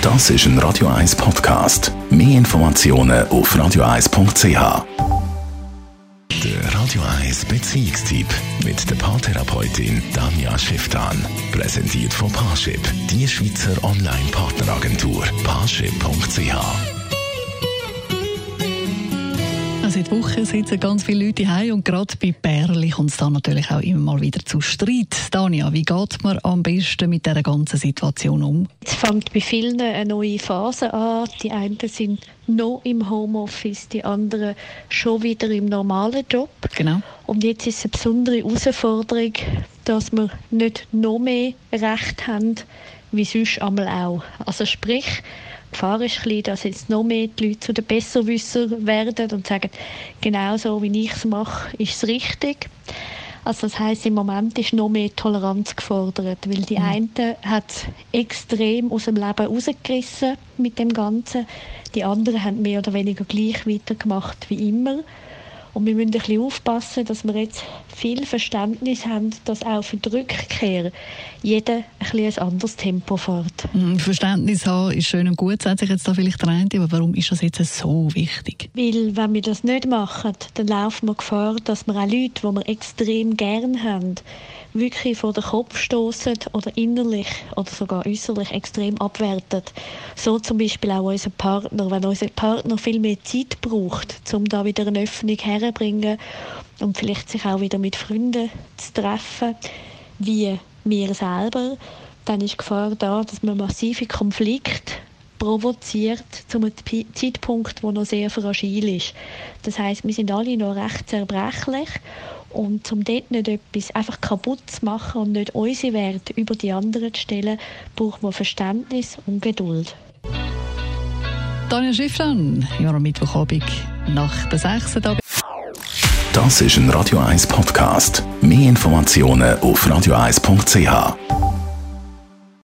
Das ist ein Radio 1 Podcast. Mehr Informationen auf radio1.ch. Der Radio 1 Beziehungstyp mit der Paartherapeutin Danja Schifftan. Präsentiert von Parship, die Schweizer Online-Partneragentur. Parship.ch. Seit Wochen sitzen ganz viele Leute heim und gerade bei Pärchen kommt es dann natürlich auch immer mal wieder zu Streit. Danja, wie geht man am besten mit dieser ganzen Situation um? Es fängt bei vielen eine neue Phase an. Die einen sind noch im Homeoffice, die anderen schon wieder im normalen Job. Genau. Und jetzt ist es eine besondere Herausforderung, dass wir nicht noch mehr Recht haben, wie sonst einmal auch. Also sprich, die Gefahr ist klein, dass jetzt noch mehr die Leute zu den Besserwissern werden und sagen, genau so wie ich es mache, ist es richtig. Also das heisst, im Moment ist noch mehr Toleranz gefordert, weil die einen hat extrem aus dem Leben rausgerissen mit dem Ganzen, die anderen haben mehr oder weniger gleich weitergemacht wie immer. Und wir müssen ein bisschen aufpassen, dass wir jetzt viel Verständnis haben, dass auch für die Rückkehr jeder ein bisschen ein anderes Tempo fährt. Verständnis haben ist schön und gut, sagt sich jetzt da vielleicht der eine, aber warum ist das jetzt so wichtig? Weil, wenn wir das nicht machen, dann laufen wir Gefahr, dass wir auch Leute, die wir extrem gern haben, wirklich vor den Kopf stoßen oder innerlich oder sogar äußerlich extrem abwerten. So zum Beispiel auch unser Partner. Wenn unser Partner viel mehr Zeit braucht, um da wieder eine Öffnung herzubringen und vielleicht sich auch wieder mit Freunden zu treffen, wie wir selber, dann ist die Gefahr da, dass man massive Konflikte provoziert zu einem Zeitpunkt, der noch sehr fragil ist. Das heisst, wir sind alle noch recht zerbrechlich. Und um dort nicht etwas einfach kaputt zu machen und nicht unsere Werte über die anderen zu stellen, braucht man Verständnis und Geduld. Danja Schifftan, ja, am Mittwochabend nach der 6. Das ist ein Radio 1 Podcast. Mehr Informationen auf radio1.ch.